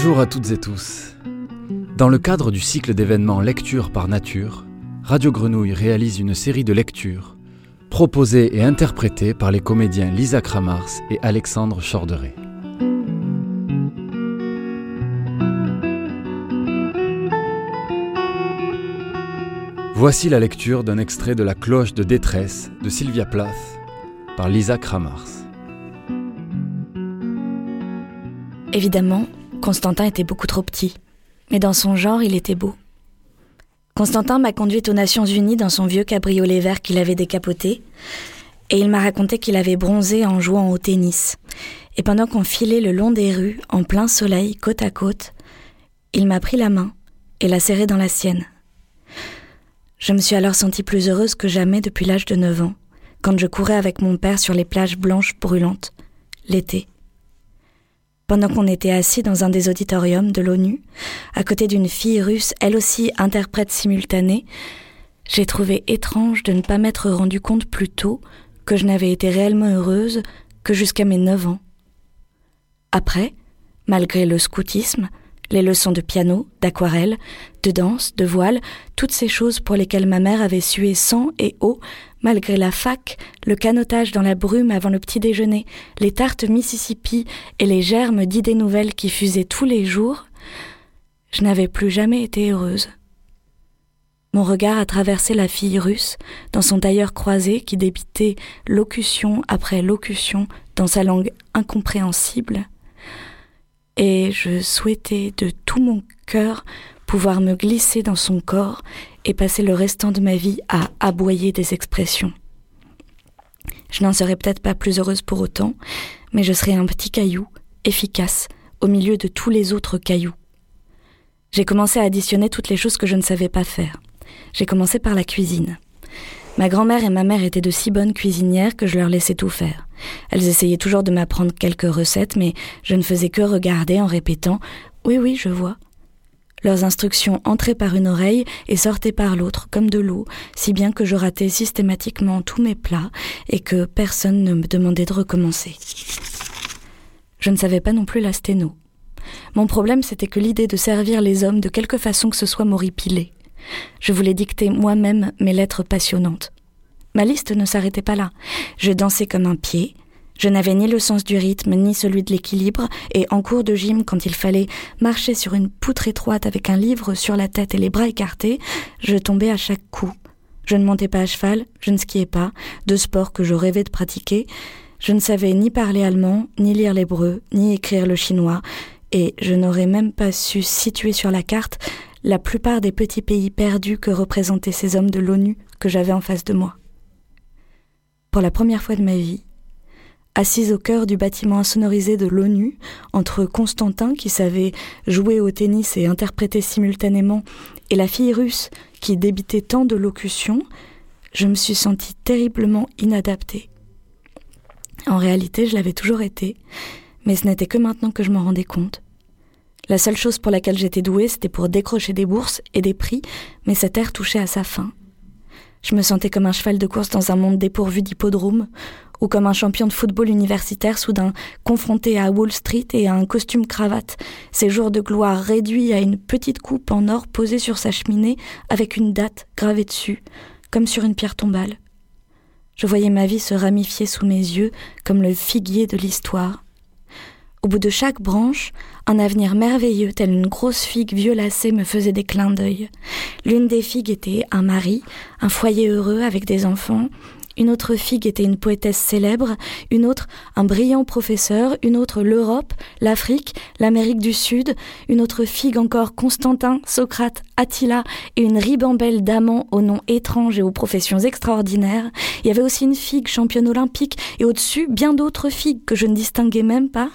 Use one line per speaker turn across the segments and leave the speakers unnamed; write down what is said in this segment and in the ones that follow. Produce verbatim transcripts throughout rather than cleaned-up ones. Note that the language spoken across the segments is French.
Bonjour à toutes et tous. Dans le cadre du cycle d'événements Lecture par Nature, Radio Grenouille réalise une série de lectures proposées et interprétées par les comédiens Lisa Kramars et Alexandre Chorderet. Voici la lecture d'un extrait de La cloche de détresse de Sylvia Plath par Lisa Kramars.
Évidemment, Constantin était beaucoup trop petit, mais dans son genre, il était beau. Constantin m'a conduite aux Nations Unies dans son vieux cabriolet vert qu'il avait décapoté, et il m'a raconté qu'il avait bronzé en jouant au tennis. Et pendant qu'on filait le long des rues, en plein soleil, côte à côte, il m'a pris la main et l'a serrée dans la sienne. Je me suis alors sentie plus heureuse que jamais depuis l'âge de neuf ans, quand je courais avec mon père sur les plages blanches brûlantes, l'été. Pendant qu'on était assis dans un des auditoriums de l'ONU, à côté d'une fille russe, elle aussi interprète simultanée, j'ai trouvé étrange de ne pas m'être rendu compte plus tôt que je n'avais été réellement heureuse que jusqu'à mes neuf ans. Après, malgré le scoutisme, les leçons de piano, d'aquarelle, de danse, de voile, toutes ces choses pour lesquelles ma mère avait sué sang et eau, malgré la fac, le canotage dans la brume avant le petit déjeuner, les tartes Mississippi et les germes d'idées nouvelles qui fusaient tous les jours, je n'avais plus jamais été heureuse. Mon regard a traversé la fille russe dans son tailleur croisé qui débitait locution après locution dans sa langue incompréhensible, et je souhaitais de tout mon cœur pouvoir me glisser dans son corps et passer le restant de ma vie à aboyer des expressions. Je n'en serais peut-être pas plus heureuse pour autant, mais je serais un petit caillou, efficace, au milieu de tous les autres cailloux. J'ai commencé à additionner toutes les choses que je ne savais pas faire. J'ai commencé par la cuisine. Ma grand-mère et ma mère étaient de si bonnes cuisinières que je leur laissais tout faire. Elles essayaient toujours de m'apprendre quelques recettes, mais je ne faisais que regarder en répétant « Oui, oui, je vois ». Leurs instructions entraient par une oreille et sortaient par l'autre, comme de l'eau, si bien que je ratais systématiquement tous mes plats et que personne ne me demandait de recommencer. Je ne savais pas non plus la sténo. Mon problème, c'était que l'idée de servir les hommes de quelque façon que ce soit m'horripilait. Je voulais dicter moi-même mes lettres passionnantes. Ma liste ne s'arrêtait pas là. Je dansais comme un pied. Je n'avais ni le sens du rythme, ni celui de l'équilibre, et en cours de gym, quand il fallait marcher sur une poutre étroite avec un livre sur la tête et les bras écartés, je tombais à chaque coup. Je ne montais pas à cheval, je ne skiais pas, deux sports que je rêvais de pratiquer. Je ne savais ni parler allemand, ni lire l'hébreu, ni écrire le chinois, et je n'aurais même pas su situer sur la carte la plupart des petits pays perdus que représentaient ces hommes de l'ONU que j'avais en face de moi. Pour la première fois de ma vie, assise au cœur du bâtiment insonorisé de l'ONU, entre Constantin qui savait jouer au tennis et interpréter simultanément, et la fille russe qui débitait tant de locutions, je me suis sentie terriblement inadaptée. En réalité, je l'avais toujours été, mais ce n'était que maintenant que je m'en rendais compte. La seule chose pour laquelle j'étais douée, c'était pour décrocher des bourses et des prix, mais cette ère touchait à sa fin. Je me sentais comme un cheval de course dans un monde dépourvu d'hippodrome, ou comme un champion de football universitaire soudain confronté à Wall Street et à un costume cravate, ses jours de gloire réduits à une petite coupe en or posée sur sa cheminée avec une date gravée dessus, comme sur une pierre tombale. Je voyais ma vie se ramifier sous mes yeux comme le figuier de l'histoire. Au bout de chaque branche, un avenir merveilleux, tel une grosse figue violacée, me faisait des clins d'œil. L'une des figues était un mari, un foyer heureux avec des enfants. Une autre figue était une poétesse célèbre, une autre un brillant professeur, une autre l'Europe, l'Afrique, l'Amérique du Sud, une autre figue encore Constantin, Socrate, Attila et une ribambelle d'amants aux noms étranges et aux professions extraordinaires. Il y avait aussi une figue championne olympique et au-dessus bien d'autres figues que je ne distinguais même pas.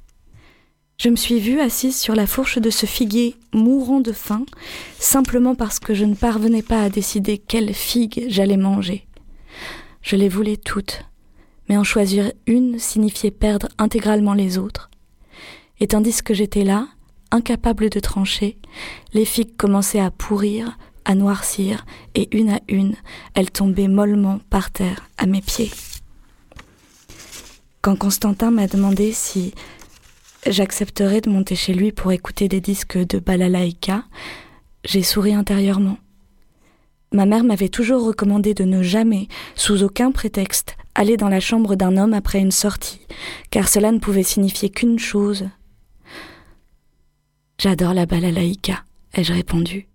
Je me suis vue assise sur la fourche de ce figuier mourant de faim, simplement parce que je ne parvenais pas à décider quelle figue j'allais manger. Je les voulais toutes, mais en choisir une signifiait perdre intégralement les autres. Et tandis que j'étais là, incapable de trancher, les figues commençaient à pourrir, à noircir, et une à une, elles tombaient mollement par terre à mes pieds. Quand Constantin m'a demandé si j'accepterais de monter chez lui pour écouter des disques de balalaïka, j'ai souri intérieurement. Ma mère m'avait toujours recommandé de ne jamais, sous aucun prétexte, aller dans la chambre d'un homme après une sortie, car cela ne pouvait signifier qu'une chose. « J'adore la balalaïka », ai-je répondu.